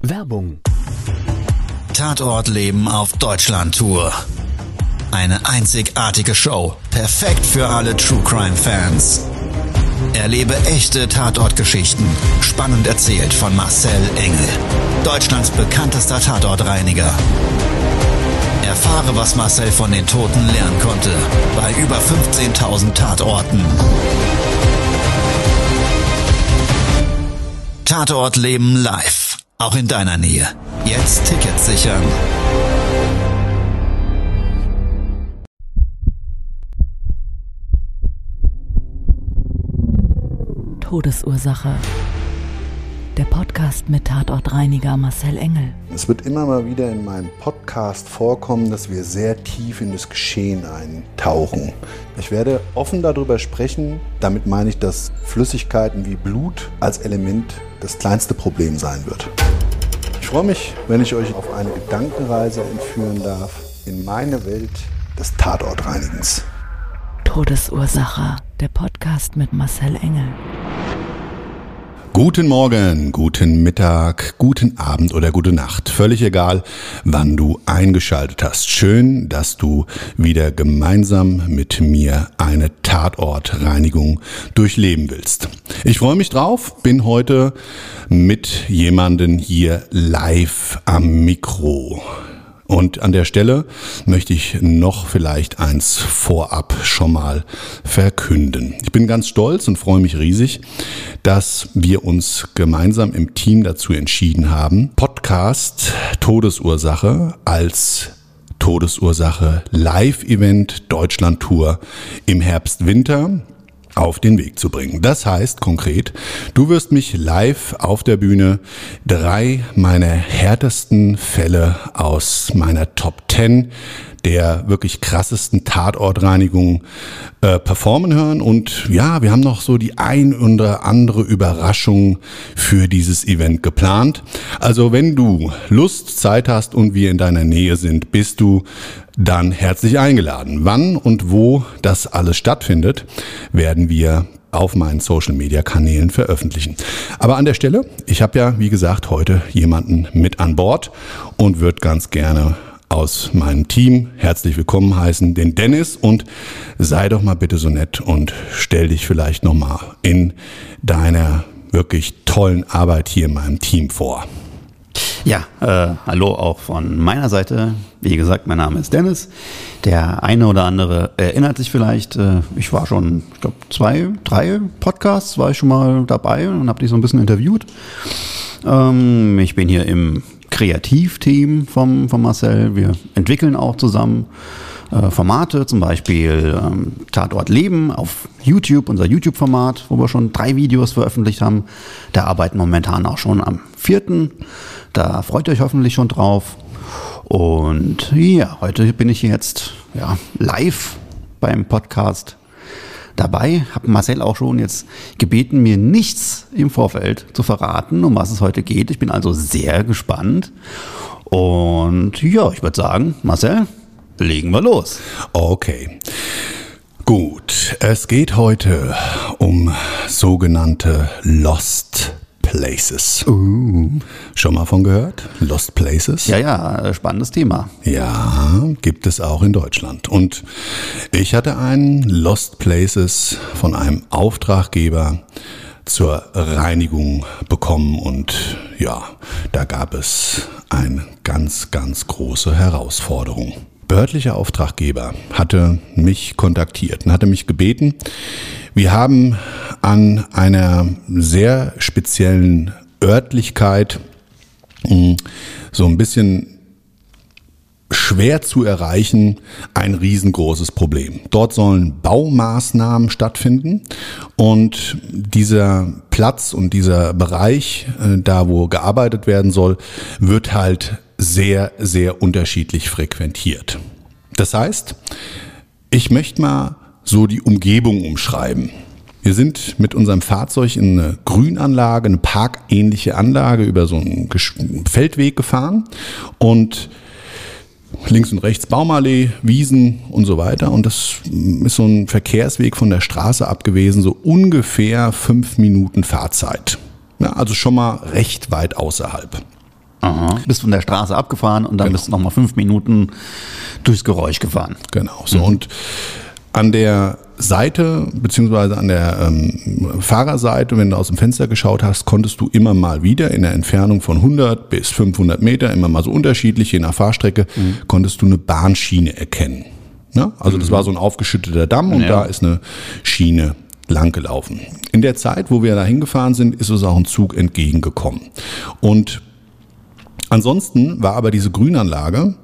Werbung. Tatortleben auf Deutschland-Tour. Eine einzigartige Show, perfekt für alle True-Crime-Fans. Erlebe echte Tatortgeschichten, spannend erzählt von Marcel Engel, Deutschlands bekanntester Tatortreiniger. Erfahre, was Marcel von den Toten lernen konnte, bei über 15.000 Tatorten. Tatortleben live, auch in deiner Nähe. Jetzt Tickets sichern. Todesursache. Der Podcast mit Tatortreiniger Marcel Engel. Es wird immer mal wieder in meinem Podcast vorkommen, dass wir sehr tief in das Geschehen eintauchen. Ich werde offen darüber sprechen. Damit meine ich, dass Flüssigkeiten wie Blut als Element das kleinste Problem sein wird. Ich freue mich, wenn ich euch auf eine Gedankenreise entführen darf in meine Welt des Tatortreinigens. Todesursache. Der Podcast mit Marcel Engel. Guten Morgen, guten Mittag, guten Abend oder gute Nacht. Völlig egal, wann du eingeschaltet hast. Schön, dass du wieder gemeinsam mit mir eine Tatortreinigung durchleben willst. Ich freue mich drauf, bin heute mit jemandem hier live am Mikro. Und an der Stelle möchte ich noch vielleicht eins vorab schon mal verkünden. Ich bin ganz stolz und freue mich riesig, dass wir uns gemeinsam im Team dazu entschieden haben, Podcast Todesursache als Todesursache Live-Event Deutschland-Tour im Herbst-Winter auf den Weg zu bringen. Das heißt konkret, du wirst mich live auf der Bühne 3 meiner härtesten Fälle aus meiner Top 10 der wirklich krassesten Tatortreinigung performen hören. Und ja, wir haben noch so die ein oder andere Überraschung für dieses Event geplant. Also wenn du Lust, Zeit hast und wir in deiner Nähe sind, bist du dann herzlich eingeladen. Wann und wo das alles stattfindet, werden wir auf meinen Social-Media-Kanälen veröffentlichen. Aber an der Stelle, ich habe ja, wie gesagt, heute jemanden mit an Bord und würde ganz gerne aus meinem Team herzlich willkommen heißen, den Dennis, und sei doch mal bitte so nett und stell dich vielleicht nochmal in deiner wirklich tollen Arbeit hier in meinem Team vor. Ja, hallo auch von meiner Seite. Wie gesagt, mein Name ist Dennis. Der eine oder andere erinnert sich vielleicht, ich war schon, ich glaube 2, 3 Podcasts war ich schon mal dabei und habe dich so ein bisschen interviewt. Ich bin hier im Kreativteam von Marcel. Wir entwickeln auch zusammen Formate, zum Beispiel Tatort Leben auf YouTube, unser YouTube-Format, wo wir schon 3 Videos veröffentlicht haben. Da arbeiten momentan auch schon am 4. Da freut ihr euch hoffentlich schon drauf. Und ja, heute bin ich jetzt live beim Podcast dabei. Habe Marcel auch schon jetzt gebeten, mir nichts im Vorfeld zu verraten, um was es heute geht. Ich bin also sehr gespannt. Und ja, ich würde sagen, Marcel, legen wir los. Okay, gut. Es geht heute um sogenannte Lost Places. Schon mal von gehört? Lost Places? Ja, spannendes Thema. Ja, gibt es auch in Deutschland. Und ich hatte einen Lost Places von einem Auftraggeber zur Reinigung bekommen und ja, da gab es eine ganz, ganz große Herausforderung. Behördlicher Auftraggeber hatte mich kontaktiert und hatte mich gebeten, wir haben an einer sehr speziellen Örtlichkeit so ein bisschen schwer zu erreichen, ein riesengroßes Problem. Dort sollen Baumaßnahmen stattfinden und dieser Platz und dieser Bereich, da wo gearbeitet werden soll, wird halt sehr, sehr unterschiedlich frequentiert. Das heißt, ich möchte mal so die Umgebung umschreiben. Wir sind mit unserem Fahrzeug in eine Grünanlage, eine parkähnliche Anlage über so einen Feldweg gefahren und links und rechts Baumallee, Wiesen und so weiter. Und das ist so ein Verkehrsweg von der Straße ab gewesen, so ungefähr 5 Minuten Fahrzeit. Ja, also schon mal recht weit außerhalb. Aha. Bist von der Straße abgefahren und dann bist du nochmal 5 Minuten durchs Geräusch gefahren. Genau. So, und an der Seite, beziehungsweise an der Fahrerseite, wenn du aus dem Fenster geschaut hast, konntest du immer mal wieder in der Entfernung von 100 bis 500 Meter, immer mal so unterschiedlich, je nach Fahrstrecke, konntest du eine Bahnschiene erkennen. Ja? Also das war so ein aufgeschütteter Damm und da ist eine Schiene lang gelaufen. In der Zeit, wo wir da hingefahren sind, ist uns auch ein Zug entgegengekommen. Und ansonsten war aber diese Grünanlage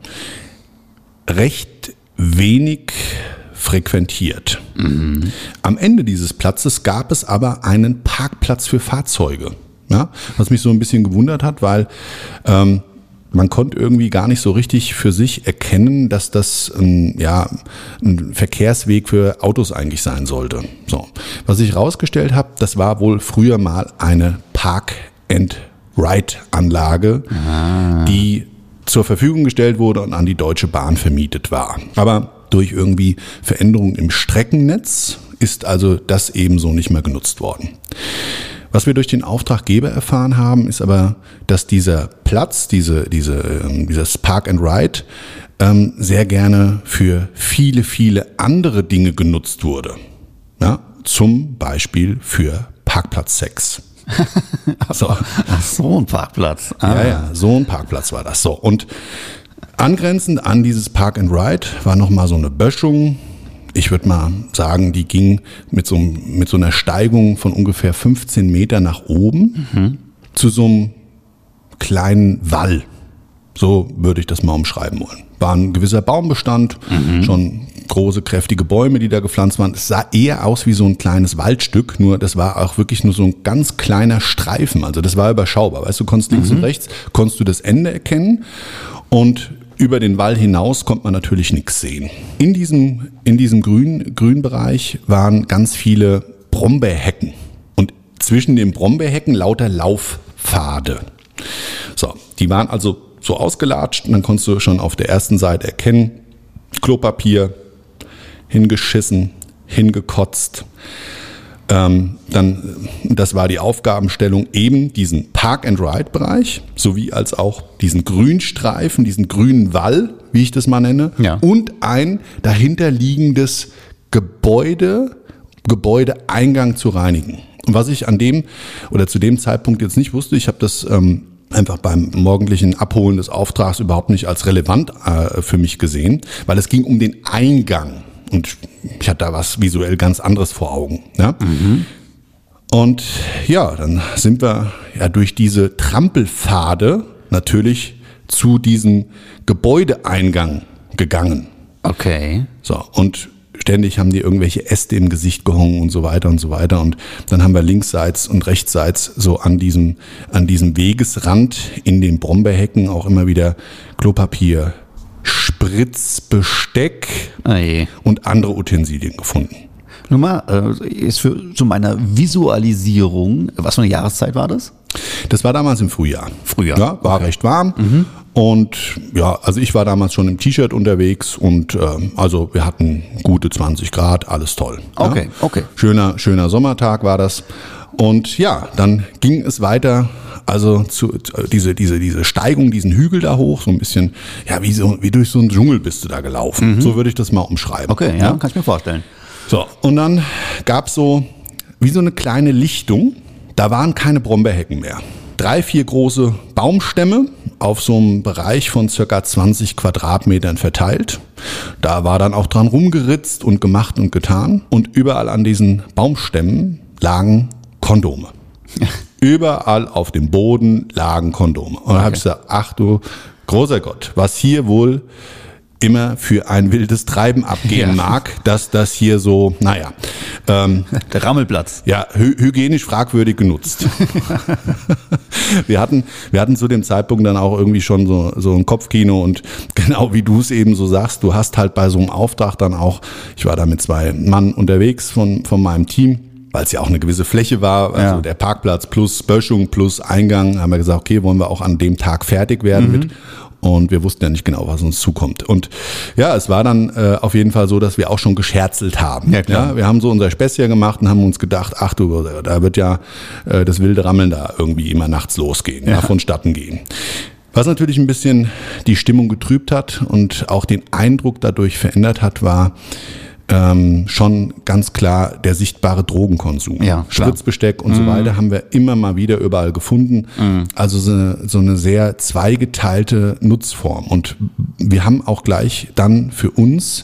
recht wenig frequentiert. Am Ende dieses Platzes gab es aber einen Parkplatz für Fahrzeuge. Ja? Was mich so ein bisschen gewundert hat, weil man konnte irgendwie gar nicht so richtig für sich erkennen, dass das ein Verkehrsweg für Autos eigentlich sein sollte. So. Was ich rausgestellt habe, das war wohl früher mal eine Park-and-Ride-Anlage, die zur Verfügung gestellt wurde und an die Deutsche Bahn vermietet war. Aber durch irgendwie Veränderungen im Streckennetz ist also das ebenso nicht mehr genutzt worden. Was wir durch den Auftraggeber erfahren haben, ist aber, dass dieser Platz, dieses Park and Ride, sehr gerne für viele, viele andere Dinge genutzt wurde. Ja, zum Beispiel für Parkplatzsex. So ein Parkplatz. Ja, so ein Parkplatz war das. So, und angrenzend an dieses Park and Ride war nochmal so eine Böschung. Ich würde mal sagen, die ging mit so einer Steigung von ungefähr 15 Meter nach oben zu so einem kleinen Wall. So würde ich das mal umschreiben wollen. War ein gewisser Baumbestand, schon große, kräftige Bäume, die da gepflanzt waren. Es sah eher aus wie so ein kleines Waldstück, nur das war auch wirklich nur so ein ganz kleiner Streifen. Also das war überschaubar. Weißt du, konntest links und rechts, konntest du das Ende erkennen und über den Wall hinaus konnte man natürlich nichts sehen. In diesem Grünbereich waren ganz viele Brombeerhecken und zwischen den Brombeerhecken lauter Laufpfade. So, die waren also so ausgelatscht und dann konntest du schon auf der ersten Seite erkennen, Klopapier, hingeschissen, hingekotzt. Das war die Aufgabenstellung, eben diesen Park-and-Ride-Bereich sowie als auch diesen Grünstreifen, diesen grünen Wall, wie ich das mal nenne, und ein dahinterliegendes Gebäudeeingang zu reinigen. Und was ich zu dem Zeitpunkt jetzt nicht wusste, ich habe das einfach beim morgendlichen Abholen des Auftrags überhaupt nicht als relevant für mich gesehen, weil es ging um den Eingang. Und ich hatte da was visuell ganz anderes vor Augen. Ja? Und ja, dann sind wir ja durch diese Trampelpfade natürlich zu diesem Gebäudeeingang gegangen. Okay. So, und ständig haben die irgendwelche Äste im Gesicht gehongen und so weiter und so weiter. Und dann haben wir linksseits und rechtsseits so an diesem Wegesrand in den Brombeerhecken auch immer wieder Klopapier, Spritzbesteck und andere Utensilien gefunden. Nun mal, zu meiner Visualisierung, was für eine Jahreszeit war das? Das war damals im Frühjahr. Ja, war recht warm. Und ja, also ich war damals schon im T-Shirt unterwegs und also wir hatten gute 20 Grad, alles toll. Okay. Schöner Sommertag war das. Und ja, dann ging es weiter. Also diese Steigung, diesen Hügel da hoch, so ein bisschen, ja, wie durch so einen Dschungel bist du da gelaufen. So würde ich das mal umschreiben. Okay, ja, kann ich mir vorstellen. So, und dann gab es so wie so eine kleine Lichtung. Da waren keine Brombeerhecken mehr. 3, 4 große Baumstämme auf so einem Bereich von circa 20 Quadratmetern verteilt. Da war dann auch dran rumgeritzt und gemacht und getan. Und überall an diesen Baumstämmen lagen Kondome. Überall auf dem Boden lagen Kondome. Und dann habe ich gesagt, ach du großer Gott, was hier wohl immer für ein wildes Treiben abgehen mag, dass das hier so, der Rammelplatz. Ja, hygienisch fragwürdig genutzt. Wir hatten zu dem Zeitpunkt dann auch irgendwie schon so ein Kopfkino und genau wie du es eben so sagst, du hast halt bei so einem Auftrag dann auch, ich war da mit 2 Mann unterwegs von meinem Team, weil es ja auch eine gewisse Fläche war, also der Parkplatz plus Böschung plus Eingang, haben wir gesagt, okay, wollen wir auch an dem Tag fertig werden mit. Und wir wussten ja nicht genau, was uns zukommt. Und ja, es war dann auf jeden Fall so, dass wir auch schon gescherzelt haben. Ja, klar. Ja, wir haben so unser Späßchen gemacht und haben uns gedacht, ach du, da wird ja das wilde Rammeln da irgendwie immer nachts losgehen, vonstatten gehen. Was natürlich ein bisschen die Stimmung getrübt hat und auch den Eindruck dadurch verändert hat, war schon ganz klar der sichtbare Drogenkonsum. Ja, Spritzbesteck und so weiter haben wir immer mal wieder überall gefunden. Also so eine sehr zweigeteilte Nutzform. Und wir haben auch gleich dann für uns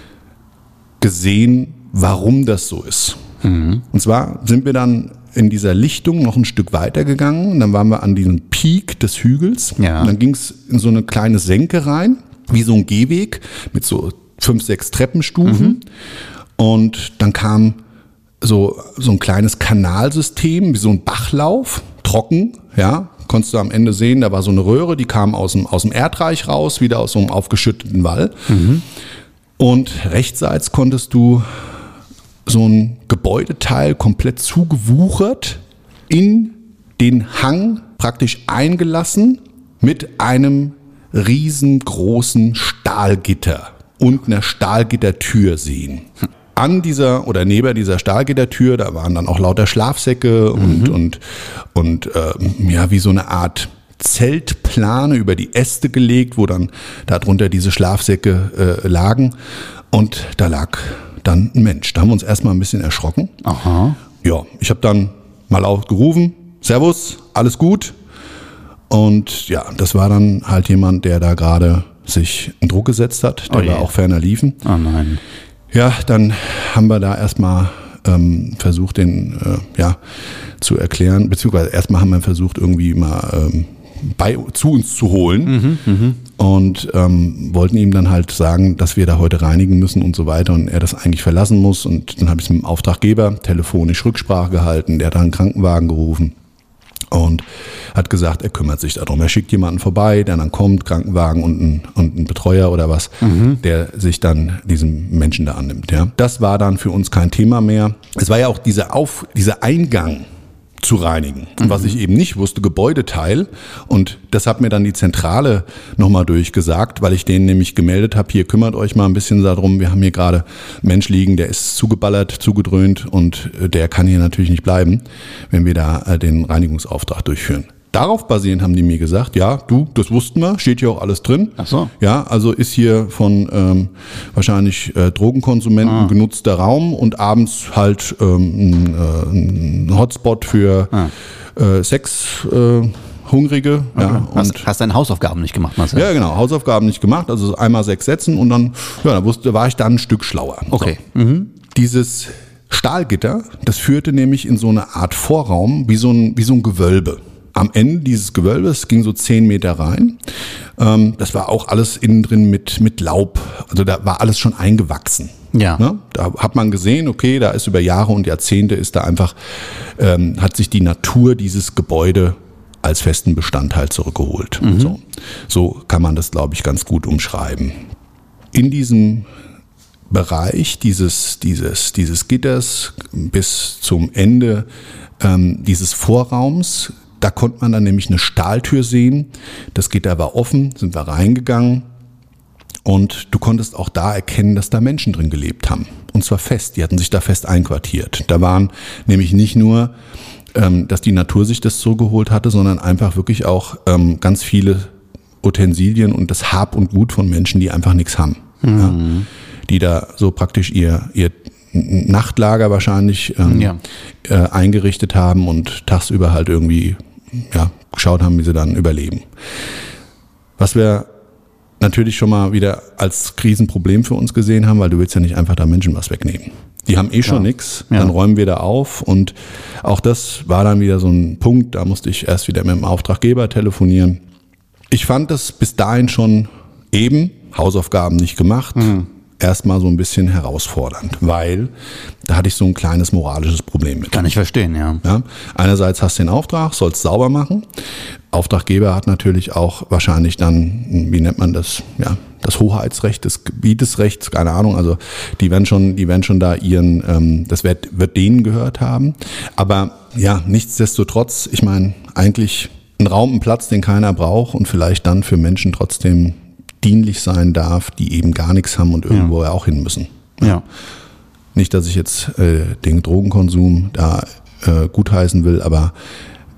gesehen, warum das so ist. Und zwar sind wir dann in dieser Lichtung noch ein Stück weiter gegangen. Dann waren wir an diesem Peak des Hügels. Ja. Und dann ging es in so eine kleine Senke rein, wie so ein Gehweg mit so 5, 6 Treppenstufen. Und dann kam so ein kleines Kanalsystem, wie so ein Bachlauf, trocken, ja. Konntest du am Ende sehen, da war so eine Röhre, die kam aus dem Erdreich raus, wieder aus so einem aufgeschütteten Wall. Und rechtsseits konntest du so ein Gebäudeteil komplett zugewuchert in den Hang praktisch eingelassen mit einem riesengroßen Stahlgitter und einer Stahlgittertür sehen. An dieser oder neben dieser Stahlgittertür, da waren dann auch lauter Schlafsäcke und wie so eine Art Zeltplane über die Äste gelegt, wo dann darunter diese Schlafsäcke lagen. Und da lag dann ein Mensch. Da haben wir uns erstmal ein bisschen erschrocken. Aha. Ja, ich habe dann mal laut gerufen, Servus, alles gut? Und ja, das war dann halt jemand, der da gerade sich in Druck gesetzt hat. Der war auch ferner liefen. Oh nein. Ja, dann haben wir da erstmal versucht, den zu erklären, beziehungsweise erstmal haben wir versucht, irgendwie mal zu uns zu holen und wollten ihm dann halt sagen, dass wir da heute reinigen müssen und so weiter und er das eigentlich verlassen muss. Und dann habe ich mit dem Auftraggeber telefonisch Rücksprache gehalten, der hat dann einen Krankenwagen gerufen und hat gesagt, er kümmert sich darum. Er schickt jemanden vorbei, der dann kommt, Krankenwagen und ein Betreuer oder was, der sich dann diesem Menschen da annimmt. Ja. Das war dann für uns kein Thema mehr. Es war ja auch dieser Eingang zu reinigen. Und was ich eben nicht wusste, Gebäudeteil. Und das hat mir dann die Zentrale nochmal durchgesagt, weil ich denen nämlich gemeldet habe, hier kümmert euch mal ein bisschen darum, wir haben hier gerade einen Mensch liegen, der ist zugeballert, zugedröhnt und der kann hier natürlich nicht bleiben, wenn wir da den Reinigungsauftrag durchführen. Darauf basierend haben die mir gesagt, ja, das wussten wir, steht hier auch alles drin. Ach so. Ja, also ist hier von wahrscheinlich Drogenkonsumenten genutzter Raum und abends halt ein Hotspot für Sexhungrige. Okay. Ja, hast deine Hausaufgaben nicht gemacht, Marcel? Ja, genau, Hausaufgaben nicht gemacht, also einmal 6 Sätzen und dann war ich dann ein Stück schlauer. Okay. So. Dieses Stahlgitter, das führte nämlich in so eine Art Vorraum, wie so ein Gewölbe. Am Ende dieses Gewölbes ging so 10 Meter rein. Das war auch alles innen drin mit Laub. Also da war alles schon eingewachsen. Ja. Ne? Da hat man gesehen, okay, da ist über Jahre und Jahrzehnte ist da einfach, hat sich die Natur dieses Gebäude als festen Bestandteil zurückgeholt. So kann man das, glaube ich, ganz gut umschreiben. In diesem Bereich dieses Gitters bis zum Ende dieses Vorraums, da konnte man dann nämlich eine Stahltür sehen. Das Gitter war offen, sind wir reingegangen und du konntest auch da erkennen, dass da Menschen drin gelebt haben. Und zwar fest, die hatten sich da fest einquartiert. Da waren nämlich nicht nur, dass die Natur sich das so geholt hatte, sondern einfach wirklich auch ganz viele Utensilien und das Hab und Gut von Menschen, die einfach nichts haben. Ja, die da so praktisch ihr Nachtlager wahrscheinlich eingerichtet haben und tagsüber halt irgendwie geschaut haben, wie sie dann überleben. Was wir natürlich schon mal wieder als Krisenproblem für uns gesehen haben, weil du willst ja nicht einfach da Menschen was wegnehmen. Die haben schon nichts, dann räumen wir da auf und auch das war dann wieder so ein Punkt, da musste ich erst wieder mit dem Auftraggeber telefonieren. Ich fand das bis dahin schon Hausaufgaben nicht gemacht, erstmal so ein bisschen herausfordernd, weil da hatte ich so ein kleines moralisches Problem mit. Kann ich verstehen, ja. Einerseits hast du den Auftrag, sollst sauber machen. Auftraggeber hat natürlich auch wahrscheinlich dann, wie nennt man das, das Hoheitsrecht, das Gebietesrecht, keine Ahnung, also die werden schon da das wird denen gehört haben. Aber ja, nichtsdestotrotz, ich meine, eigentlich ein Raum, ein Platz, den keiner braucht und vielleicht dann für Menschen trotzdem dienlich sein darf, die eben gar nichts haben und irgendwo auch hin müssen. Ja. Nicht, dass ich jetzt den Drogenkonsum da gutheißen will, aber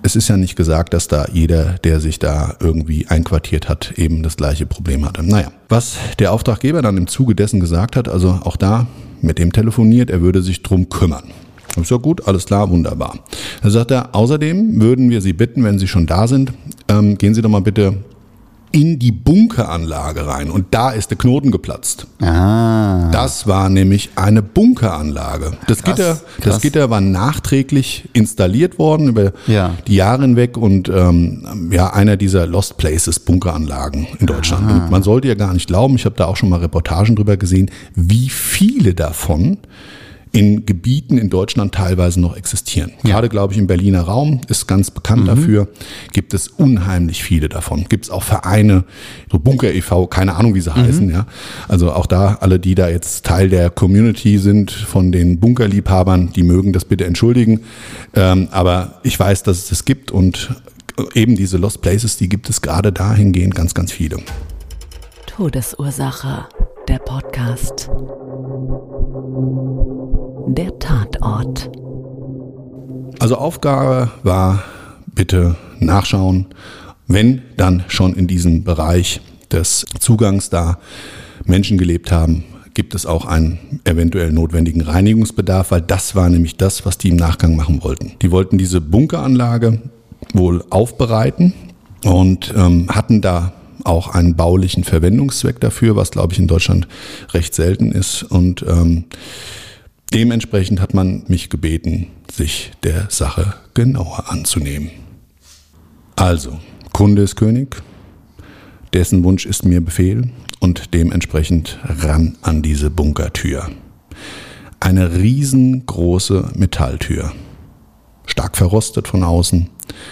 es ist ja nicht gesagt, dass da jeder, der sich da irgendwie einquartiert hat, eben das gleiche Problem hatte. Naja, was der Auftraggeber dann im Zuge dessen gesagt hat, also auch da mit dem telefoniert, er würde sich drum kümmern. Das ist ja gut, alles klar, wunderbar. Dann sagt er, außerdem würden wir Sie bitten, wenn Sie schon da sind, gehen Sie doch mal bitte in die Bunkeranlage rein. Und da ist der Knoten geplatzt. Ah. Das war nämlich eine Bunkeranlage. Das Gitter war nachträglich installiert worden über die Jahre hinweg und einer dieser Lost Places Bunkeranlagen in Deutschland. Und man sollte ja gar nicht glauben, ich habe da auch schon mal Reportagen drüber gesehen, wie viele davon in Gebieten in Deutschland teilweise noch existieren. Ja. Gerade, glaube ich, im Berliner Raum ist ganz bekannt dafür, gibt es unheimlich viele davon. Gibt es auch Vereine, so Bunker e.V., keine Ahnung, wie sie heißen. Ja. Also auch da, alle, die da jetzt Teil der Community sind, von den Bunkerliebhabern, die mögen das bitte entschuldigen. Aber ich weiß, dass es das gibt und eben diese Lost Places, die gibt es gerade dahingehend ganz, ganz viele. Todesursache, der Podcast. Der Tatort. Also Aufgabe war, bitte nachschauen, wenn dann schon in diesem Bereich des Zugangs da Menschen gelebt haben, gibt es auch einen eventuell notwendigen Reinigungsbedarf, weil das war nämlich das, was die im Nachgang machen wollten. Die wollten diese Bunkeranlage wohl aufbereiten und hatten da auch einen baulichen Verwendungszweck dafür, was, glaube ich, in Deutschland recht selten ist. Und dementsprechend hat man mich gebeten, sich der Sache genauer anzunehmen. Also, Kunde ist König, dessen Wunsch ist mir Befehl und dementsprechend ran an diese Bunkertür. Eine riesengroße Metalltür, stark verrostet von außen,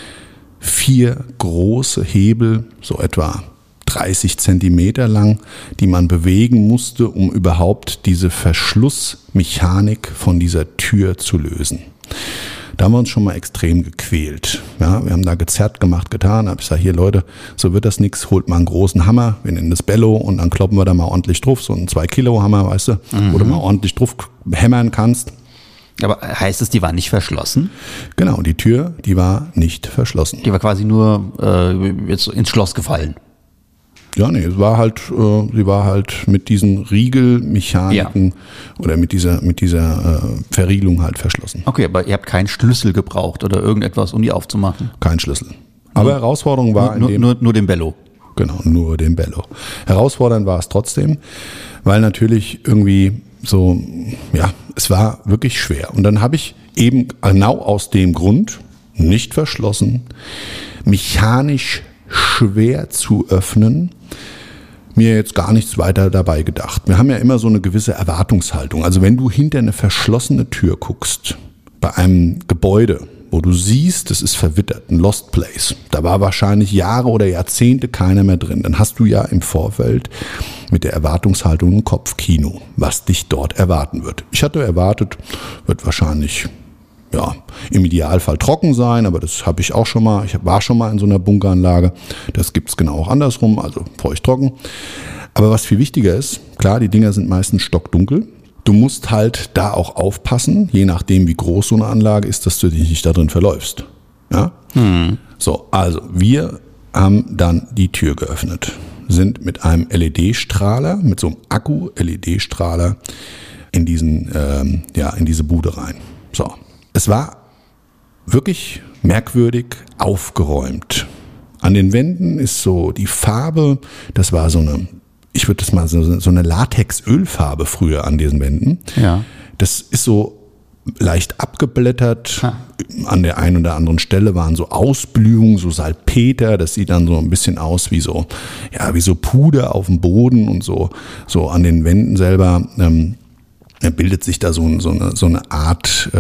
4 große Hebel, so etwa 30 Zentimeter lang, die man bewegen musste, um überhaupt diese Verschlussmechanik von dieser Tür zu lösen. Da haben wir uns schon mal extrem gequält. Ja, wir haben da gezerrt, gemacht, getan. Da habe ich gesagt, hier Leute, so wird das nichts. Holt mal einen großen Hammer, wir nennen das Bello und dann kloppen wir da mal ordentlich drauf. So einen 2-Kilo-Hammer, weißt du, wo du mal ordentlich drauf hämmern kannst. Aber heißt es, die war nicht verschlossen? Genau, die Tür, die war nicht verschlossen. Die war quasi nur jetzt ins Schloss gefallen. Ja, nee, sie war halt mit diesen Riegelmechaniken oder mit dieser Verriegelung halt verschlossen. Okay, aber ihr habt keinen Schlüssel gebraucht oder irgendetwas, um die aufzumachen? Kein Schlüssel. Aber Herausforderung war nur den Bello. Genau, nur den Bello. Herausfordernd war es trotzdem, weil natürlich irgendwie so, ja, es war wirklich schwer. Und dann habe ich eben genau aus dem Grund, nicht verschlossen, mechanisch schwer zu öffnen, mir jetzt gar nichts weiter dabei gedacht. Wir haben ja immer so eine gewisse Erwartungshaltung. Also wenn du hinter eine verschlossene Tür guckst, bei einem Gebäude, wo du siehst, es ist verwittert, ein Lost Place, da war wahrscheinlich Jahre oder Jahrzehnte keiner mehr drin, dann hast du ja im Vorfeld mit der Erwartungshaltung ein Kopfkino, was dich dort erwarten wird. Ich hatte erwartet, wird wahrscheinlich im Idealfall trocken sein, aber das habe ich auch schon mal. Ich war schon mal in so einer Bunkeranlage. Das gibt es genau auch andersrum, also feucht-trocken. Aber was viel wichtiger ist, klar, die Dinger sind meistens stockdunkel. Du musst halt da auch aufpassen, je nachdem wie groß so eine Anlage ist, dass du dich nicht da drin verläufst. Ja? So, also wir haben dann die Tür geöffnet, sind mit einem LED-Strahler, mit so einem Akku-LED-Strahler in diese Bude rein. So. Es war wirklich merkwürdig aufgeräumt. An den Wänden ist so die Farbe, das war so eine, ich würde das mal so eine Latex-Ölfarbe früher an diesen Wänden. Ja. Das ist so leicht abgeblättert. An der einen oder anderen Stelle waren so Ausblühungen, so Salpeter. Das sieht dann so ein bisschen aus wie so Puder auf dem Boden und so an den Wänden selber. Bildet sich da so eine Art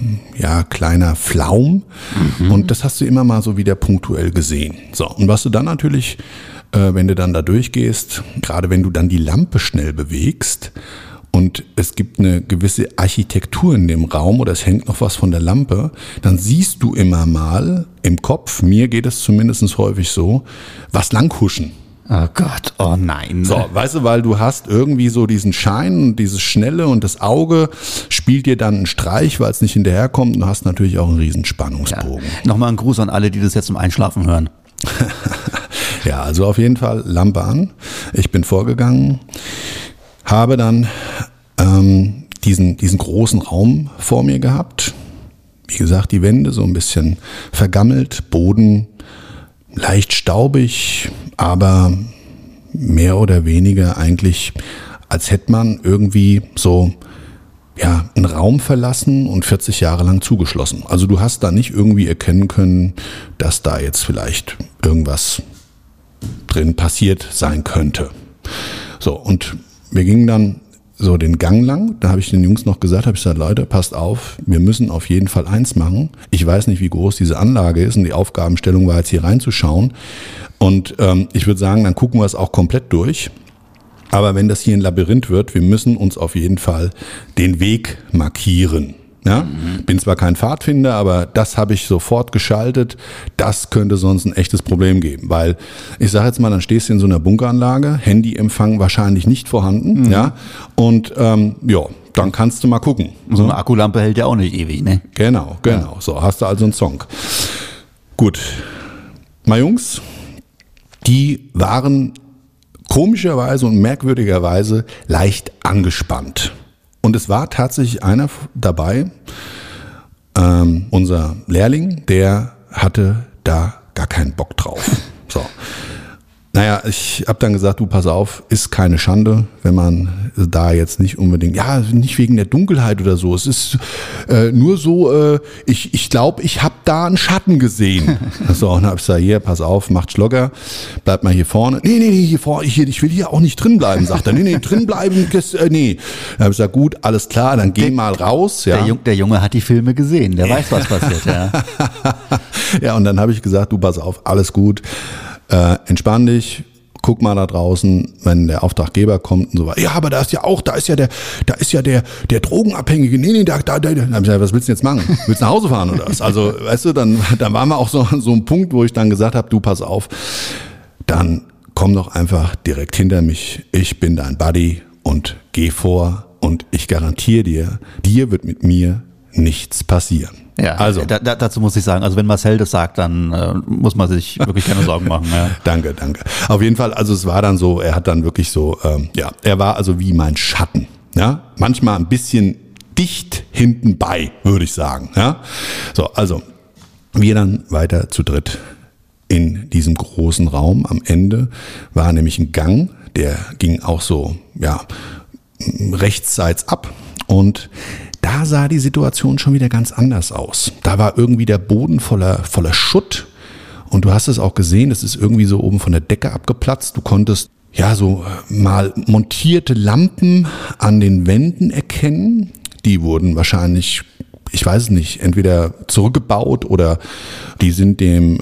kleiner Flaum und das hast du immer mal so wieder punktuell gesehen. So, und was du dann natürlich, wenn du dann da durchgehst, gerade wenn du dann die Lampe schnell bewegst und es gibt eine gewisse Architektur in dem Raum oder es hängt noch was von der Lampe, dann siehst du immer mal im Kopf, mir geht es zumindest häufig so, was langhuschen. Oh Gott, oh nein. So, weißt du, weil du hast irgendwie so diesen Schein und dieses Schnelle und das Auge spielt dir dann einen Streich, weil es nicht hinterherkommt und du hast natürlich auch einen riesen Spannungsbogen. Ja. Nochmal ein Gruß an alle, die das jetzt zum Einschlafen hören. Ja, also auf jeden Fall Lampe an. Ich bin vorgegangen, habe dann diesen großen Raum vor mir gehabt. Wie gesagt, die Wände so ein bisschen vergammelt, Boden leicht staubig, aber mehr oder weniger eigentlich, als hätte man irgendwie so einen Raum verlassen und 40 Jahre lang zugeschlossen. Also du hast da nicht irgendwie erkennen können, dass da jetzt vielleicht irgendwas drin passiert sein könnte. So, und wir gingen dann so den Gang lang, da habe ich den Jungs noch gesagt, habe ich gesagt, Leute, passt auf, wir müssen auf jeden Fall eins machen. Ich weiß nicht, wie groß diese Anlage ist und die Aufgabenstellung war jetzt hier reinzuschauen. Und ich würde sagen, dann gucken wir es auch komplett durch. Aber wenn das hier ein Labyrinth wird, wir müssen uns auf jeden Fall den Weg markieren. Ja? Bin zwar kein Pfadfinder, aber das habe ich sofort geschaltet. Das könnte sonst ein echtes Problem geben, weil ich sage jetzt mal, dann stehst du in so einer Bunkeranlage, Handyempfang wahrscheinlich nicht vorhanden, ja, und dann kannst du mal gucken. So eine Akkulampe hält ja auch nicht ewig, ne? Genau. Ja. So hast du also einen Song. Gut, meine Jungs, die waren komischerweise und merkwürdigerweise leicht angespannt. Und es war tatsächlich einer dabei, unser Lehrling, der hatte da gar keinen Bock drauf. So. Naja, ich habe dann gesagt, du pass auf, ist keine Schande, wenn man da jetzt nicht unbedingt, ja, nicht wegen der Dunkelheit oder so, es ist nur so, ich glaube, ich habe da einen Schatten gesehen. So, und dann habe ich gesagt, hier, pass auf, macht's locker, bleib mal hier vorne. Nee, hier vorne, ich will hier auch nicht drin bleiben, sagt er. Nee, drin bleiben, nee. Dann habe ich gesagt, gut, alles klar, dann geh mal raus. Ja. Der Junge hat die Filme gesehen, der weiß, was passiert. Ja, ja, und dann habe ich gesagt, du pass auf, alles gut. Entspann dich, guck mal da draußen, wenn der Auftraggeber kommt und so weiter. Ja, aber da ist ja der Drogenabhängige. Nee, da. Dann hab ich gesagt, was willst du jetzt machen? Willst du nach Hause fahren oder was? Also, weißt du, dann waren wir auch so ein Punkt, wo ich dann gesagt habe, du pass auf, dann komm doch einfach direkt hinter mich. Ich bin dein Buddy und geh vor und ich garantiere dir wird mit mir nichts passieren. Ja, also dazu muss ich sagen, also wenn Marcel das sagt, dann muss man sich wirklich keine Sorgen machen. Ja. Danke. Auf jeden Fall, also es war dann so, er hat dann wirklich so, er war also wie mein Schatten. Ja, manchmal ein bisschen dicht hinten bei, würde ich sagen. Ja, so, also wir dann weiter zu dritt in diesem großen Raum. Am Ende war nämlich ein Gang, der ging auch so, rechtsseits ab und da sah die Situation schon wieder ganz anders aus. Da war irgendwie der Boden voller Schutt und du hast es auch gesehen, es ist irgendwie so oben von der Decke abgeplatzt. Du konntest so mal montierte Lampen an den Wänden erkennen. Die wurden wahrscheinlich, ich weiß es nicht, entweder zurückgebaut oder die sind dem,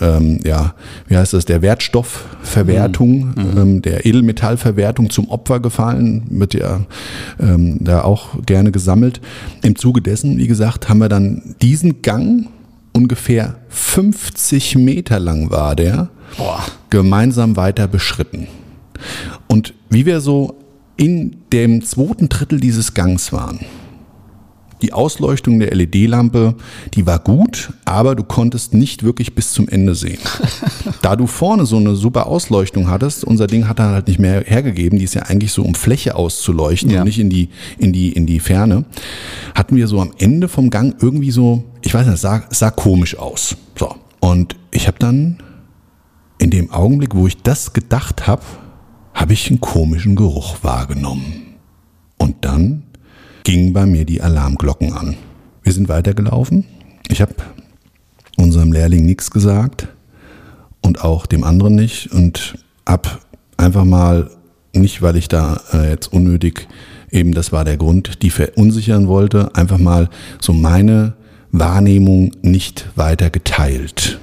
der Wertstoffverwertung, der Edelmetallverwertung zum Opfer gefallen, wird ja da auch gerne gesammelt. Im Zuge dessen, wie gesagt, haben wir dann diesen Gang, ungefähr 50 Meter lang war der, gemeinsam weiter beschritten. Und wie wir so in dem zweiten Drittel dieses Gangs waren, die Ausleuchtung der LED-Lampe, die war gut, aber du konntest nicht wirklich bis zum Ende sehen. Da du vorne so eine super Ausleuchtung hattest, unser Ding hat halt nicht mehr hergegeben, die ist ja eigentlich so, um Fläche auszuleuchten und nicht in die Ferne, hatten wir so am Ende vom Gang irgendwie so, ich weiß nicht, es sah komisch aus. So. Und ich habe dann in dem Augenblick, wo ich das gedacht habe, habe ich einen komischen Geruch wahrgenommen. Und dann gingen bei mir die Alarmglocken an. Wir sind weitergelaufen. Ich habe unserem Lehrling nichts gesagt und auch dem anderen nicht und habe einfach mal, nicht weil ich da jetzt unnötig, eben das war der Grund, die verunsichern wollte, einfach mal so meine Wahrnehmung nicht weiter geteilt.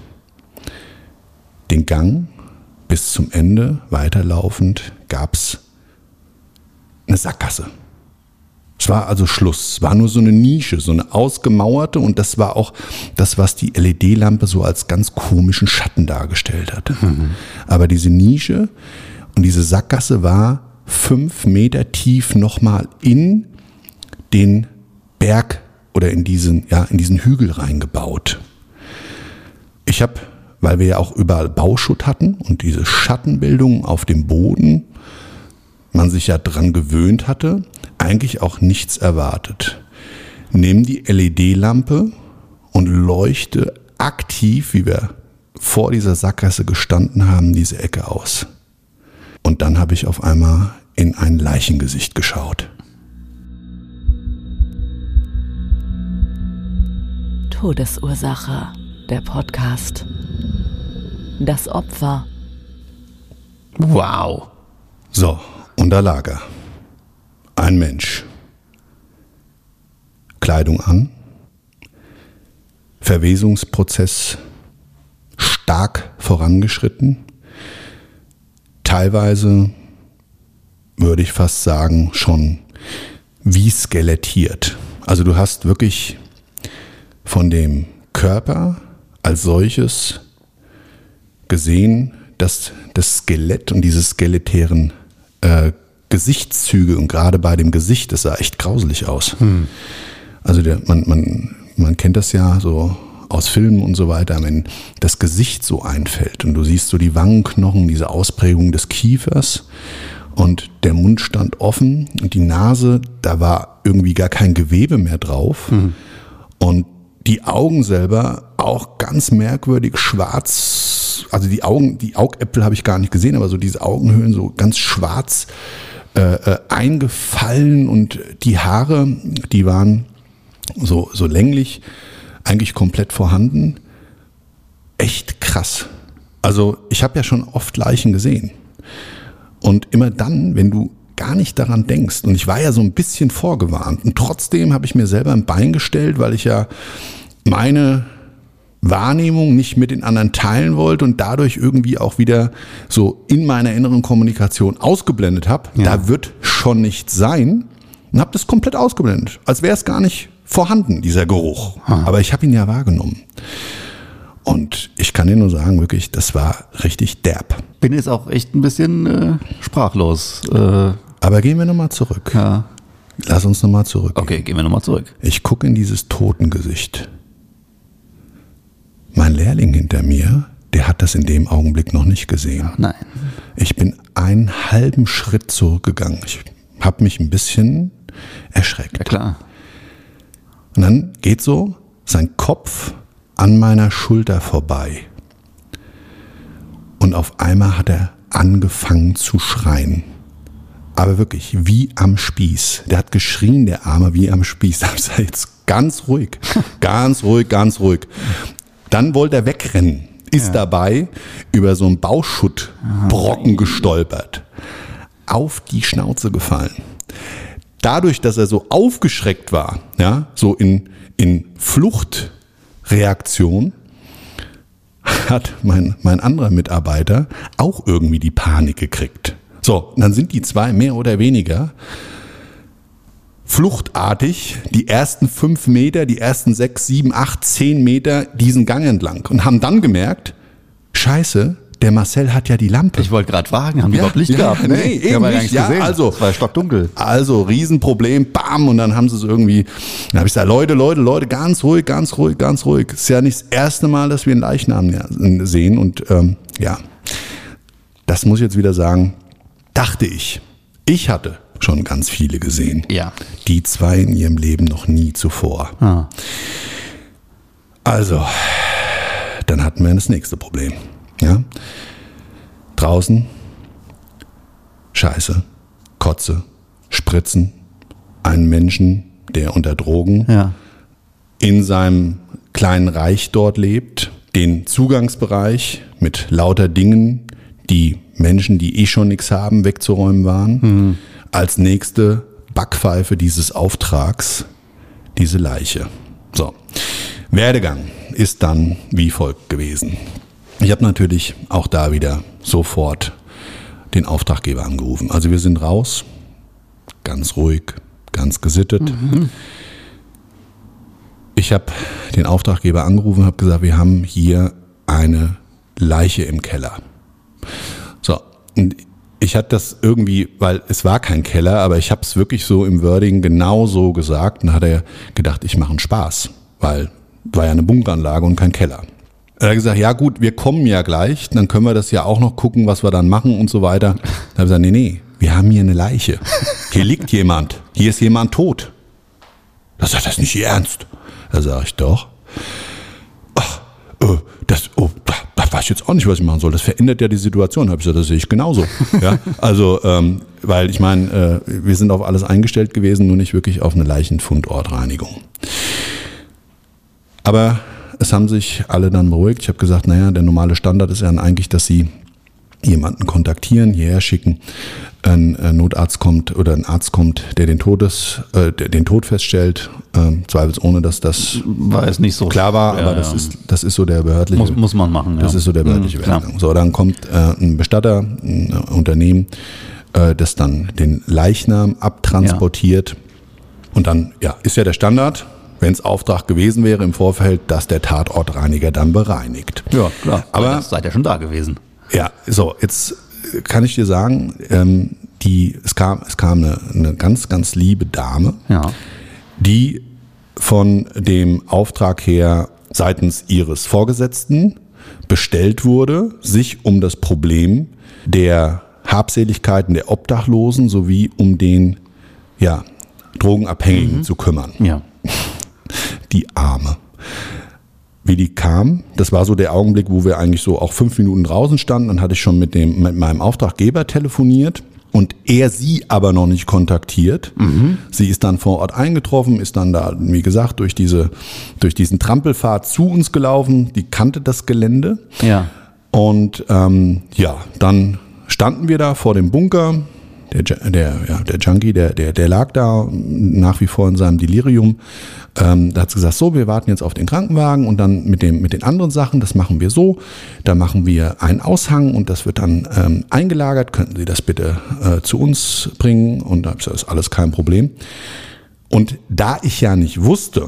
Den Gang bis zum Ende weiterlaufend gab es eine Sackgasse. Es war also Schluss. Es war nur so eine Nische, so eine ausgemauerte und das war auch das, was die LED-Lampe so als ganz komischen Schatten dargestellt hat. Aber diese Nische Und diese Sackgasse war 5 Meter tief nochmal in den Berg oder in diesen Hügel reingebaut. Ich habe, weil wir ja auch überall Bauschutt hatten und diese Schattenbildung auf dem Boden, man sich ja dran gewöhnt hatte, eigentlich auch nichts erwartet. Nimm die LED-Lampe und leuchte aktiv, wie wir vor dieser Sackgasse gestanden haben, diese Ecke aus. Und dann habe ich auf einmal in ein Leichengesicht geschaut. Todesursache, der Podcast. Das Opfer. Wow. So, und da lag er. Ein Mensch. Kleidung an. Verwesungsprozess stark vorangeschritten. Teilweise würde ich fast sagen, schon wie skelettiert. Also du hast wirklich von dem Körper als solches gesehen, dass das Skelett und diese skelettären Gesichtszüge und gerade bei dem Gesicht, das sah echt grauselig aus. Also man kennt das ja so aus Filmen und so weiter, wenn das Gesicht so einfällt und du siehst so die Wangenknochen, diese Ausprägung des Kiefers und der Mund stand offen und die Nase, da war irgendwie gar kein Gewebe mehr drauf und die Augen selber auch ganz merkwürdig schwarz, also die Augäpfel habe ich gar nicht gesehen, aber so diese Augenhöhlen so ganz schwarz eingefallen und die Haare, die waren so länglich, eigentlich komplett vorhanden. Echt krass. Also ich habe ja schon oft Leichen gesehen. Und immer dann, wenn du gar nicht daran denkst, und ich war ja so ein bisschen vorgewarnt, und trotzdem habe ich mir selber ein Bein gestellt, weil ich ja meine Wahrnehmung nicht mit den anderen teilen wollte und dadurch irgendwie auch wieder so in meiner inneren Kommunikation ausgeblendet habe. Ja. Da wird schon nichts sein. Und habe das komplett ausgeblendet, als wäre es gar nicht vorhanden, dieser Geruch. Aber ich habe ihn ja wahrgenommen. Und ich kann dir nur sagen, wirklich, das war richtig derb. Bin jetzt auch echt ein bisschen sprachlos. Aber gehen wir nochmal zurück. Ja. Lass uns nochmal zurück. Okay, gehen wir nochmal zurück. Ich gucke in dieses Totengesicht. Mein Lehrling hinter mir, der hat das in dem Augenblick noch nicht gesehen. Nein. Ich bin einen halben Schritt zurückgegangen. Ich habe mich ein bisschen erschreckt. Ja, klar. Und dann geht so sein Kopf an meiner Schulter vorbei. Und auf einmal hat er angefangen zu schreien. Aber wirklich, wie am Spieß. Der hat geschrien, der Arme, wie am Spieß. Da ist er jetzt ganz ruhig. Ganz ruhig, ganz ruhig. Dann wollte er wegrennen. Ist dabei über so einen Bauschuttbrocken gestolpert. Auf die Schnauze gefallen. Dadurch, dass er so aufgeschreckt war, ja, so in Fluchtreaktion, hat mein anderer Mitarbeiter auch irgendwie die Panik gekriegt. So, und dann sind die zwei mehr oder weniger fluchtartig die ersten 5 Meter, die ersten 6, 7, 8, 10 Meter diesen Gang entlang und haben dann gemerkt, Scheiße, der Marcel hat ja die Lampe. Ich wollte gerade fragen, haben die überhaupt Licht gehabt? Nee, eben nicht. Ja, also, es war ja stockdunkel. Also, Riesenproblem, bam, und dann haben sie es irgendwie, dann habe ich gesagt, Leute, ganz ruhig, ganz ruhig, ganz ruhig. Ist ja nicht das erste Mal, dass wir einen Leichnam sehen und das muss ich jetzt wieder sagen, dachte ich. Ich hatte schon ganz viele gesehen. Ja. Die zwei in ihrem Leben noch nie zuvor. Ah. Also, dann hatten wir das nächste Problem. Ja? Draußen, Scheiße, Kotze, Spritzen, einen Menschen, der unter Drogen in seinem kleinen Reich dort lebt, den Zugangsbereich mit lauter Dingen, die Menschen, die schon nichts haben, wegzuräumen waren. Als nächste Backpfeife dieses Auftrags, diese Leiche. So, Werdegang ist dann wie folgt gewesen. Ich habe natürlich auch da wieder sofort den Auftraggeber angerufen. Also wir sind raus, ganz ruhig, ganz gesittet. Ich habe den Auftraggeber angerufen und habe gesagt, wir haben hier eine Leiche im Keller. So, und ich hatte das irgendwie, weil es war kein Keller, aber ich habe es wirklich so im Wording genau so gesagt. Und dann hat er gedacht, ich mache einen Spaß, weil war ja eine Bunkeranlage und kein Keller. Er hat gesagt, ja gut, wir kommen ja gleich, dann können wir das ja auch noch gucken, was wir dann machen und so weiter. Dann habe ich gesagt, nee, wir haben hier eine Leiche. Hier liegt jemand, hier ist jemand tot. Da sagt er, das ist nicht Ihr Ernst. Da sage ich, doch. Ach, da weiß ich jetzt auch nicht, was ich machen soll. Das verändert ja die Situation. Habe ich gesagt, das sehe ich genauso. Ja, also, weil ich meine, wir sind auf alles eingestellt gewesen, nur nicht wirklich auf eine Leichenfundortreinigung. Aber es haben sich alle dann beruhigt. Ich habe gesagt, naja, der normale Standard ist ja eigentlich, dass Sie jemanden kontaktieren, hierher schicken, ein Notarzt kommt oder ein Arzt kommt, der den Tod feststellt, zweifelsohne, dass das war es nicht so klar war, aber das ist so der behördliche. Muss man machen, ja. Das ist so der behördliche Werdegang. So, dann kommt ein Bestatter, ein Unternehmen, das dann den Leichnam abtransportiert und dann ist ja der Standard, wenn es Auftrag gewesen wäre im Vorfeld, dass der Tatortreiniger dann bereinigt. Ja, klar. Aber das seid ja schon da gewesen. Ja, so, jetzt kann ich dir sagen, es kam eine ganz, ganz liebe Dame, die von dem Auftrag her seitens ihres Vorgesetzten bestellt wurde, sich um das Problem der Habseligkeiten der Obdachlosen sowie um den Drogenabhängigen zu kümmern. Ja. Die Arme. Wie die kam, das war so der Augenblick, wo wir eigentlich so auch 5 Minuten draußen standen. Dann hatte ich schon mit meinem Auftraggeber telefoniert und er sie aber noch nicht kontaktiert. Sie ist dann vor Ort eingetroffen, ist dann da, wie gesagt, durch diesen Trampelpfad zu uns gelaufen. Die kannte das Gelände. Ja. Und dann standen wir da vor dem Bunker. Der Junkie, der lag da nach wie vor in seinem Delirium. Da hat sie gesagt, so, wir warten jetzt auf den Krankenwagen und dann mit den anderen Sachen, das machen wir so. Da machen wir einen Aushang und das wird dann eingelagert. Könnten Sie das bitte zu uns bringen? Und da habe ich gesagt, ist alles kein Problem. Und da ich ja nicht wusste,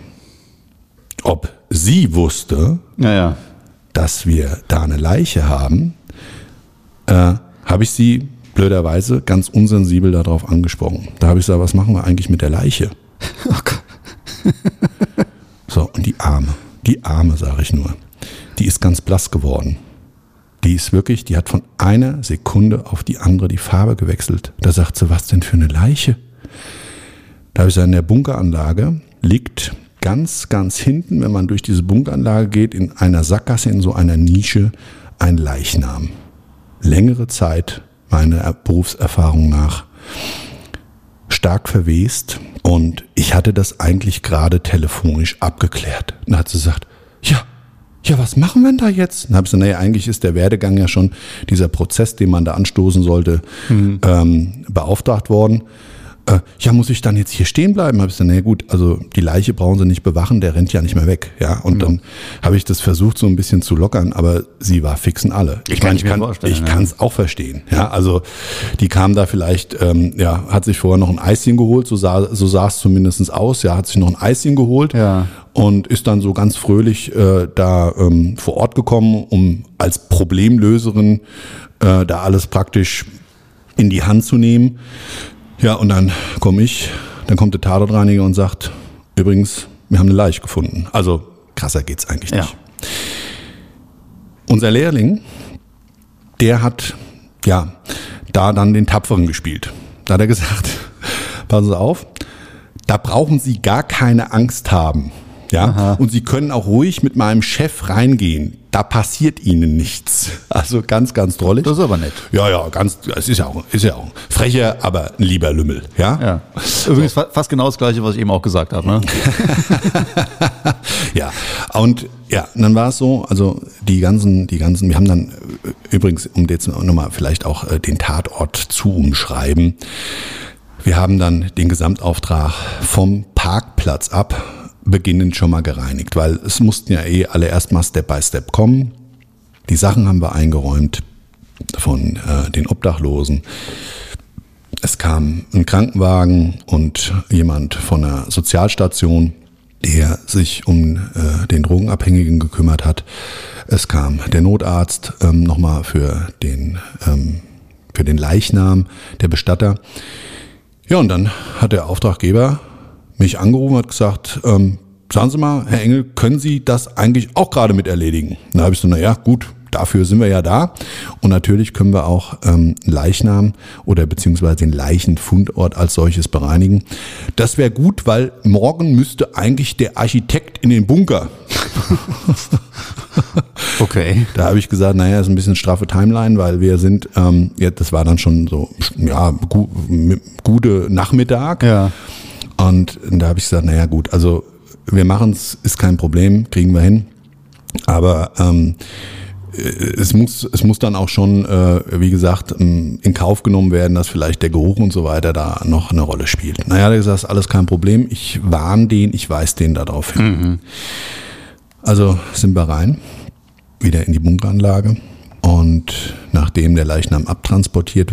ob sie wusste, dass wir da eine Leiche haben, habe ich sie blöderweise ganz unsensibel darauf angesprochen. Da habe ich gesagt, was machen wir eigentlich mit der Leiche? Oh Gott. So, und die Arme, sage ich nur, die ist ganz blass geworden. Die hat von einer Sekunde auf die andere die Farbe gewechselt. Da sagt sie, was denn für eine Leiche? Da habe ich gesagt, in der Bunkeranlage liegt ganz, ganz hinten, wenn man durch diese Bunkeranlage geht, in einer Sackgasse, in so einer Nische, ein Leichnam. Längere Zeit, meiner Berufserfahrung nach, stark verwest und ich hatte das eigentlich gerade telefonisch abgeklärt. Und dann hat sie gesagt, ja, was machen wir denn da jetzt? Und dann habe ich gesagt, eigentlich ist der Werdegang ja schon, dieser Prozess, den man da anstoßen sollte, beauftragt worden. Muss ich dann jetzt hier stehen bleiben? Habe ich gesagt, gut, also die Leiche brauchen Sie nicht bewachen, der rennt ja nicht mehr weg. Ja, und dann habe ich das versucht, so ein bisschen zu lockern, aber sie war fixen alle. Ich kann es auch verstehen. Ja, also die kam da vielleicht, hat sich vorher noch ein Eischen geholt, so sah es zumindest aus. Ja, hat sich noch ein Eischen geholt und ist dann so ganz fröhlich da vor Ort gekommen, um als Problemlöserin da alles praktisch in die Hand zu nehmen. Ja, und dann kommt der Tatortreiniger und sagt, übrigens, wir haben eine Leiche gefunden. Also krasser geht's eigentlich nicht. Unser Lehrling, der hat da dann den Tapferen gespielt. Da hat er gesagt, passen Sie auf, da brauchen Sie gar keine Angst haben. Ja, und Sie können auch ruhig mit meinem Chef reingehen. Da passiert Ihnen nichts. Also ganz, ganz drollig. Das ist aber nett. Ja, es ist ja auch ein frecher, aber ein lieber Lümmel. Ja. Übrigens fast genau das Gleiche, was ich eben auch gesagt habe. Ne? Und dann war es so, also die ganzen, wir haben dann übrigens, um jetzt nochmal vielleicht auch den Tatort zu umschreiben, wir haben dann den Gesamtauftrag vom Parkplatz ab beginnend schon mal gereinigt, weil es mussten ja alle erstmal Step by Step kommen. Die Sachen haben wir eingeräumt von den Obdachlosen. Es kam ein Krankenwagen und jemand von der Sozialstation, der sich um den Drogenabhängigen gekümmert hat. Es kam der Notarzt nochmal für den für den Leichnam, der Bestatter. Ja, und dann hat der Auftraggeber mich angerufen und hat gesagt, sagen Sie mal, Herr Engel, können Sie das eigentlich auch gerade mit erledigen? Da habe ich so, naja, gut, dafür sind wir ja da. Und natürlich können wir auch Leichnam oder beziehungsweise den Leichenfundort als solches bereinigen. Das wäre gut, weil morgen müsste eigentlich der Architekt in den Bunker. Okay. Da habe ich gesagt, naja, ist ein bisschen straffe Timeline, weil wir sind, das war dann schon so, ja, gute Nachmittag. Ja. Und da habe ich gesagt, naja gut, also wir machen es, ist kein Problem, kriegen wir hin. Aber es muss dann auch schon, wie gesagt, in Kauf genommen werden, dass vielleicht der Geruch und so weiter da noch eine Rolle spielt. Naja, der gesagt, alles kein Problem, ich warne den, ich weise den da drauf hin. Mhm. Also sind wir rein, wieder in die Bunkeranlage, und nachdem der Leichnam abtransportiert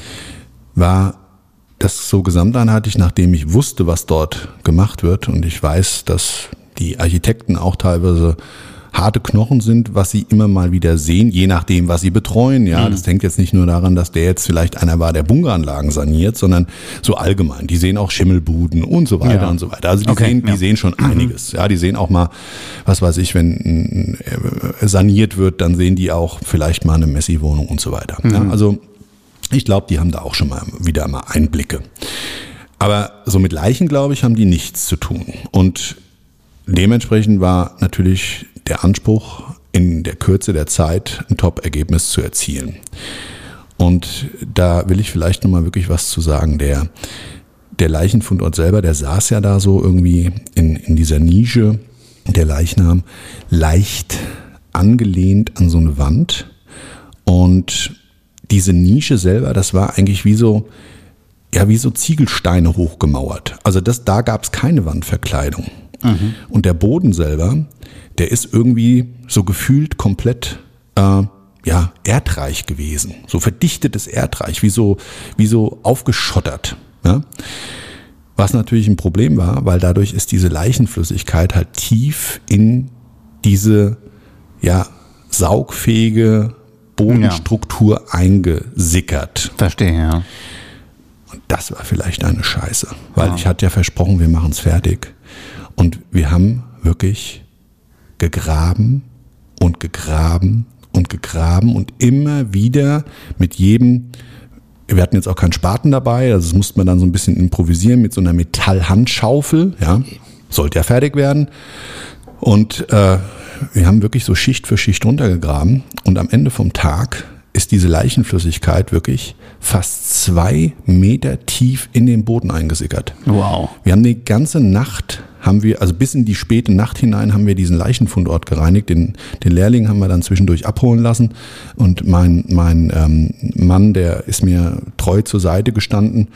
war das so gesamteinheitlich, nachdem ich wusste, was dort gemacht wird, und ich weiß, dass die Architekten auch teilweise harte Knochen sind, was sie immer mal wieder sehen, je nachdem, was sie betreuen. Ja, das hängt jetzt nicht nur daran, dass der jetzt vielleicht einer war, der Bunkeranlagen saniert, sondern so allgemein. Die sehen auch Schimmelbuden und so weiter und so weiter. Also die sehen schon einiges. Ja, die sehen auch mal, was weiß ich, wenn saniert wird, dann sehen die auch vielleicht mal eine Messi-Wohnung und so weiter. Ja, also ich glaube, die haben da auch schon mal wieder mal Einblicke. Aber so mit Leichen, glaube ich, haben die nichts zu tun. Und dementsprechend war natürlich der Anspruch, in der Kürze der Zeit ein Top-Ergebnis zu erzielen. Und da will ich vielleicht nochmal wirklich was zu sagen. Der Leichenfundort selber, der saß ja da so irgendwie in dieser Nische, der Leichnam, leicht angelehnt an so eine Wand. Und diese Nische selber, das war eigentlich wie so Ziegelsteine hochgemauert. Also da gab es keine Wandverkleidung. Mhm. Und der Boden selber, der ist irgendwie so gefühlt komplett erdreich gewesen. So verdichtetes Erdreich, wie so aufgeschottert. Ja? Was natürlich ein Problem war, weil dadurch ist diese Leichenflüssigkeit halt tief in diese saugfähige Bodenstruktur eingesickert. Verstehe, ja. Und das war vielleicht eine Scheiße, weil ich hatte ja versprochen, wir machen es fertig. Und wir haben wirklich gegraben und gegraben und gegraben und immer wieder mit jedem, wir hatten jetzt auch keinen Spaten dabei, also das musste man dann so ein bisschen improvisieren mit so einer Metallhandschaufel, ja, sollte ja fertig werden. Und wir haben wirklich so Schicht für Schicht runtergegraben, und am Ende vom Tag ist diese Leichenflüssigkeit wirklich fast 2 Meter tief in den Boden eingesickert. Wow. Wir haben die ganze Nacht, also bis in die späte Nacht hinein, haben wir diesen Leichenfundort gereinigt. Den Lehrling haben wir dann zwischendurch abholen lassen, und mein Mann, der ist mir treu zur Seite gestanden.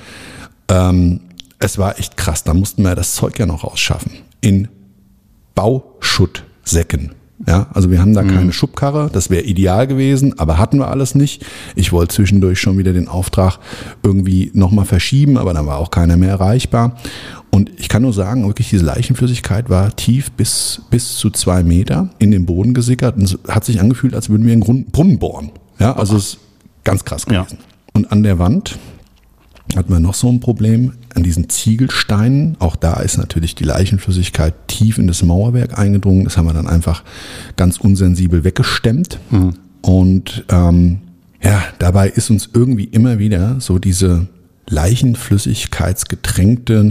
Es war echt krass, da mussten wir das Zeug ja noch rausschaffen. In Bauschuttsäcken. Ja, also wir haben da keine Schubkarre, das wäre ideal gewesen, aber hatten wir alles nicht. Ich wollte zwischendurch schon wieder den Auftrag irgendwie nochmal verschieben, aber dann war auch keiner mehr erreichbar. Und ich kann nur sagen, wirklich diese Leichenflüssigkeit war tief bis zu 2 Meter in den Boden gesickert, und es hat sich angefühlt, als würden wir einen Brunnen bohren. Ja, also es ist ganz krass gewesen. Ja. Und an der Wand hatten wir noch so ein Problem, an diesen Ziegelsteinen. Auch da ist natürlich die Leichenflüssigkeit tief in das Mauerwerk eingedrungen. Das haben wir dann einfach ganz unsensibel weggestemmt. Mhm. Und dabei ist uns irgendwie immer wieder so diese leichenflüssigkeitsgetränkte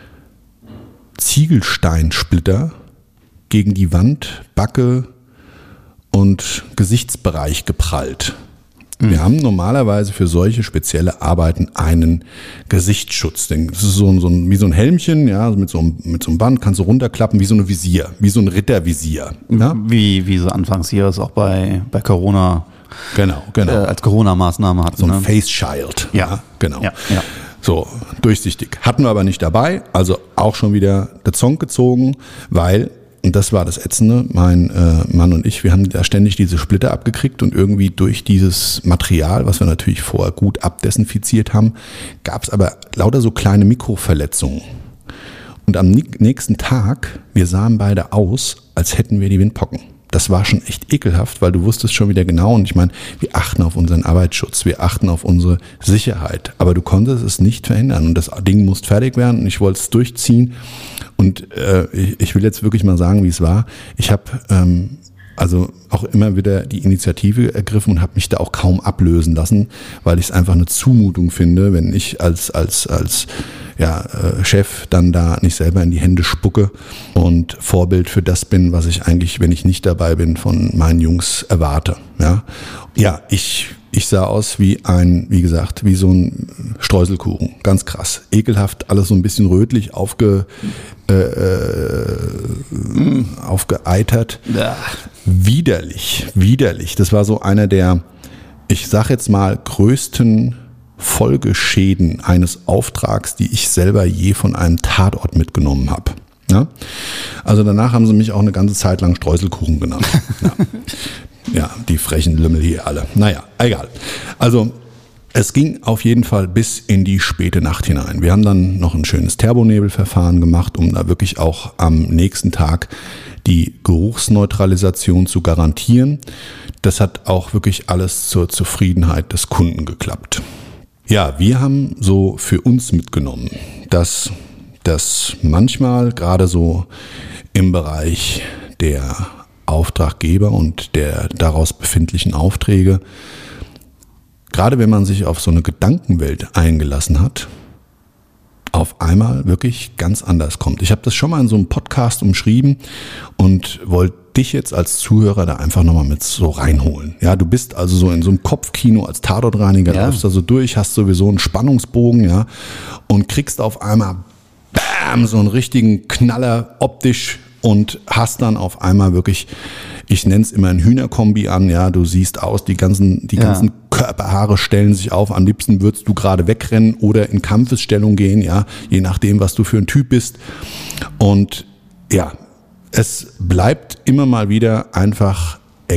Ziegelsteinsplitter gegen die Wand, Backe und Gesichtsbereich geprallt. Wir haben normalerweise für solche spezielle Arbeiten einen Gesichtsschutz. Das ist wie so ein Helmchen, ja, mit so einem Band, kannst du runterklappen, wie so eine Visier, wie so ein Rittervisier. Ja? Wie so anfangs hier es auch bei Corona genau. Als Corona-Maßnahme hatten. So ein Face Shield. Ja, genau. Ja. So, durchsichtig. Hatten wir aber nicht dabei, also auch schon wieder der Zong gezogen, weil, und das war das Ätzende, mein Mann und ich, wir haben da ständig diese Splitter abgekriegt, und irgendwie durch dieses Material, was wir natürlich vorher gut abdesinfiziert haben, gab es aber lauter so kleine Mikroverletzungen. Und am nächsten Tag, wir sahen beide aus, als hätten wir die Windpocken. das war schon echt ekelhaft, weil du wusstest schon wieder genau, und ich meine, wir achten auf unseren Arbeitsschutz, wir achten auf unsere Sicherheit, aber du konntest es nicht verhindern und das Ding musste fertig werden und ich wollte es durchziehen und ich will jetzt wirklich mal sagen, wie es war. Ich habe also auch immer wieder die Initiative ergriffen und habe mich da auch kaum ablösen lassen, weil ich es einfach eine Zumutung finde, wenn ich als Chef dann da nicht selber in die Hände spucke und Vorbild für das bin, was ich eigentlich, wenn ich nicht dabei bin, von meinen Jungs erwarte. Ja, ich sah aus wie so ein Streuselkuchen. Ganz krass. Ekelhaft, alles so ein bisschen rötlich aufgeeitert. Ja. Widerlich. Das war so einer der, ich sag jetzt mal, größten Folgeschäden eines Auftrags, die ich selber je von einem Tatort mitgenommen habe. Ja? Also danach haben sie mich auch eine ganze Zeit lang Streuselkuchen genannt. Ja, die frechen Lümmel hier alle. Naja, egal. Also es ging auf jeden Fall bis in die späte Nacht hinein. Wir haben dann noch ein schönes Turbonebelverfahren gemacht, um da wirklich auch am nächsten Tag die Geruchsneutralisation zu garantieren. Das hat auch wirklich alles zur Zufriedenheit des Kunden geklappt. Ja, wir haben so für uns mitgenommen, dass das manchmal gerade so im Bereich der Auftraggeber und der daraus befindlichen Aufträge, gerade wenn man sich auf so eine Gedankenwelt eingelassen hat, auf einmal wirklich ganz anders kommt. Ich habe das schon mal in so einem Podcast umschrieben und wollte dich jetzt als Zuhörer da einfach nochmal mit so reinholen. Ja, du bist also so in so einem Kopfkino als Tatortreiniger, läufst da so durch, hast sowieso einen Spannungsbogen, ja, und kriegst auf einmal bam, so einen richtigen Knaller optisch und hast dann auf einmal wirklich, ich nenne es immer ein Hühnerkombi an, ja, du siehst aus, die ganzen Körperhaare stellen sich auf, am liebsten würdest du gerade wegrennen oder in Kampfesstellung gehen, ja, je nachdem, was du für ein Typ bist. Und ja, es bleibt immer mal wieder einfach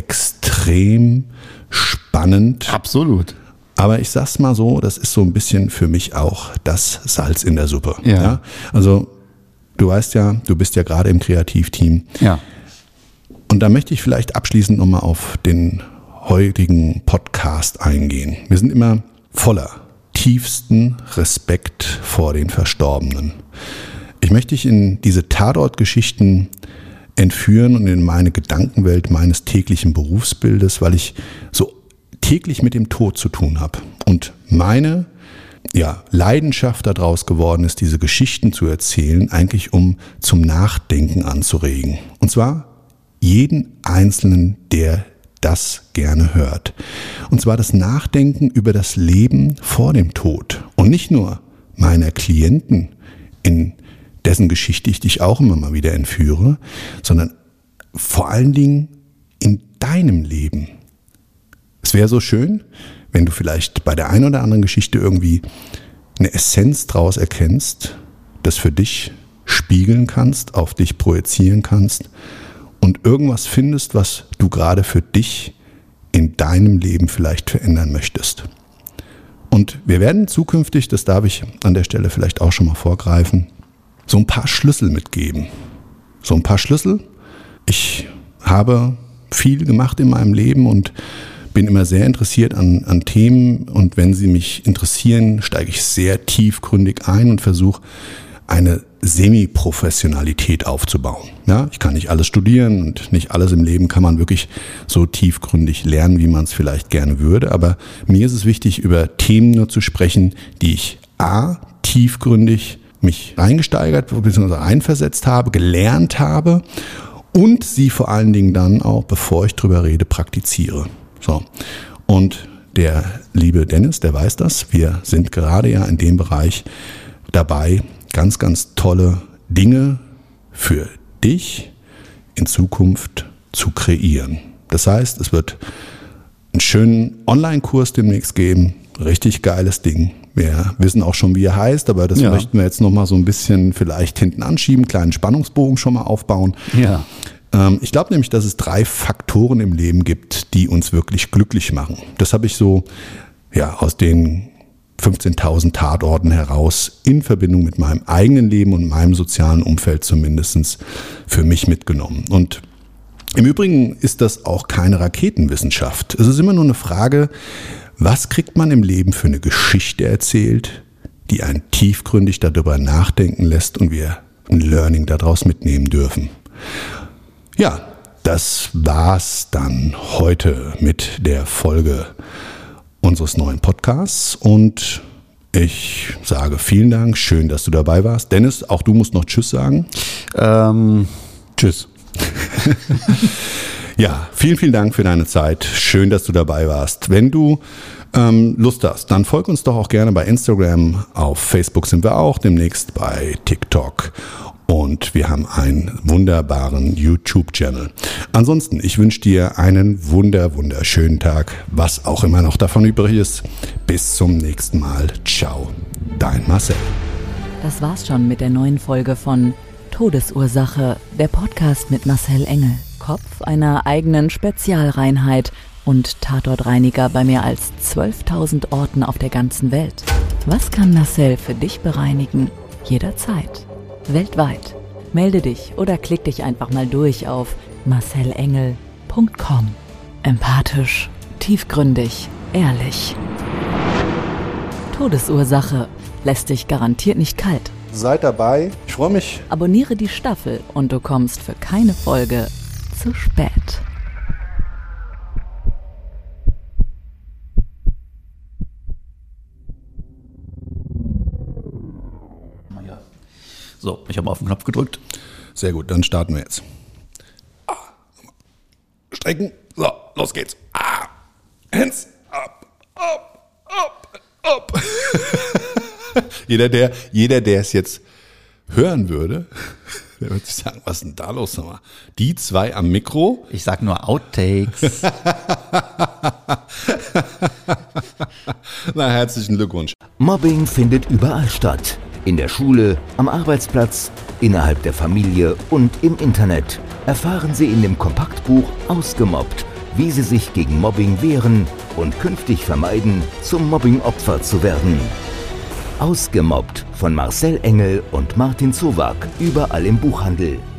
extrem spannend. Absolut. Aber ich sag's mal so, das ist so ein bisschen für mich auch das Salz in der Suppe. Ja? Also du weißt ja, du bist ja gerade im Kreativteam. Ja. Und da möchte ich vielleicht abschließend nochmal auf den heutigen Podcast eingehen. Wir sind immer voller tiefsten Respekt vor den Verstorbenen. Ich möchte dich in diese Tatortgeschichten entführen und in meine Gedankenwelt meines täglichen Berufsbildes, weil ich so täglich mit dem Tod zu tun habe. Und meine Leidenschaft daraus geworden ist, diese Geschichten zu erzählen, eigentlich um zum Nachdenken anzuregen. Und zwar jeden Einzelnen, der das gerne hört. Und zwar das Nachdenken über das Leben vor dem Tod. Und nicht nur meiner Klienten, in dessen Geschichte ich dich auch immer mal wieder entführe, sondern vor allen Dingen in deinem Leben. Es wäre so schön, wenn du vielleicht bei der einen oder anderen Geschichte irgendwie eine Essenz draus erkennst, das für dich spiegeln kannst, auf dich projizieren kannst und irgendwas findest, was du gerade für dich in deinem Leben vielleicht verändern möchtest. Und wir werden zukünftig, das darf ich an der Stelle vielleicht auch schon mal vorgreifen, so ein paar Schlüssel mitgeben. So ein paar Schlüssel. Ich habe viel gemacht in meinem Leben und bin immer sehr interessiert an Themen. Und wenn sie mich interessieren, steige ich sehr tiefgründig ein und versuche, eine Semi-Professionalität aufzubauen. Ja, ich kann nicht alles studieren und nicht alles im Leben kann man wirklich so tiefgründig lernen, wie man es vielleicht gerne würde. Aber mir ist es wichtig, über Themen nur zu sprechen, die ich tiefgründig mich reingesteigert bzw. reinversetzt habe, gelernt habe und sie vor allen Dingen dann auch, bevor ich drüber rede, praktiziere. So. Und der liebe Dennis, der weiß das. Wir sind gerade ja in dem Bereich dabei, ganz, ganz tolle Dinge für dich in Zukunft zu kreieren. Das heißt, es wird einen schönen Online-Kurs demnächst geben. Richtig geiles Ding. Wir wissen auch schon, wie er heißt, aber das möchten wir jetzt nochmal so ein bisschen vielleicht hinten anschieben, kleinen Spannungsbogen schon mal aufbauen. Ja. Ich glaube nämlich, dass es 3 Faktoren im Leben gibt, die uns wirklich glücklich machen. Das habe ich so aus den 15.000 Tatorten heraus in Verbindung mit meinem eigenen Leben und meinem sozialen Umfeld zumindest für mich mitgenommen. Und Im Übrigen ist das auch keine Raketenwissenschaft. Es ist immer nur eine Frage, was kriegt man im Leben für eine Geschichte erzählt, die einen tiefgründig darüber nachdenken lässt und wir ein Learning daraus mitnehmen dürfen. Ja, das war's dann heute mit der Folge unseres neuen Podcasts und ich sage vielen Dank, schön, dass du dabei warst. Dennis, auch du musst noch Tschüss sagen. Tschüss. Ja, vielen Dank für deine Zeit. Schön, dass du dabei warst. Wenn du Lust hast, dann folg uns doch auch gerne bei Instagram. Auf Facebook sind wir auch, demnächst bei TikTok. Und wir haben einen wunderbaren YouTube-Channel. Ansonsten, ich wünsche dir einen wunderschönen Tag, was auch immer noch davon übrig ist. Bis zum nächsten Mal. Ciao, dein Marcel. Das war's schon mit der neuen Folge von Todesursache, der Podcast mit Marcel Engel. Kopf einer eigenen Spezialreinheit und Tatortreiniger bei mehr als 12.000 Orten auf der ganzen Welt. Was kann Marcel für dich bereinigen? Jederzeit. Weltweit. Melde dich oder klick dich einfach mal durch auf marcelengel.com. Empathisch, tiefgründig, ehrlich. Todesursache lässt dich garantiert nicht kalt. Seid dabei. Ich freue mich. Abonniere die Staffel und du kommst für keine Folge zu spät. So, ich habe auf den Knopf gedrückt. Sehr gut, dann starten wir jetzt. Strecken. So, los geht's. Hands up, up, up, up. Jeder, der es jetzt hören würde, der würde sich sagen, was ist denn da los nochmal? Die zwei am Mikro. Ich sag nur Outtakes. Na, herzlichen Glückwunsch. Mobbing findet überall statt. In der Schule, am Arbeitsplatz, innerhalb der Familie und im Internet. Erfahren Sie in dem Kompaktbuch Ausgemobbt, wie Sie sich gegen Mobbing wehren und künftig vermeiden, zum Mobbing-Opfer zu werden. Ausgemobbt von Marcel Engel und Martin Zowak, überall im Buchhandel.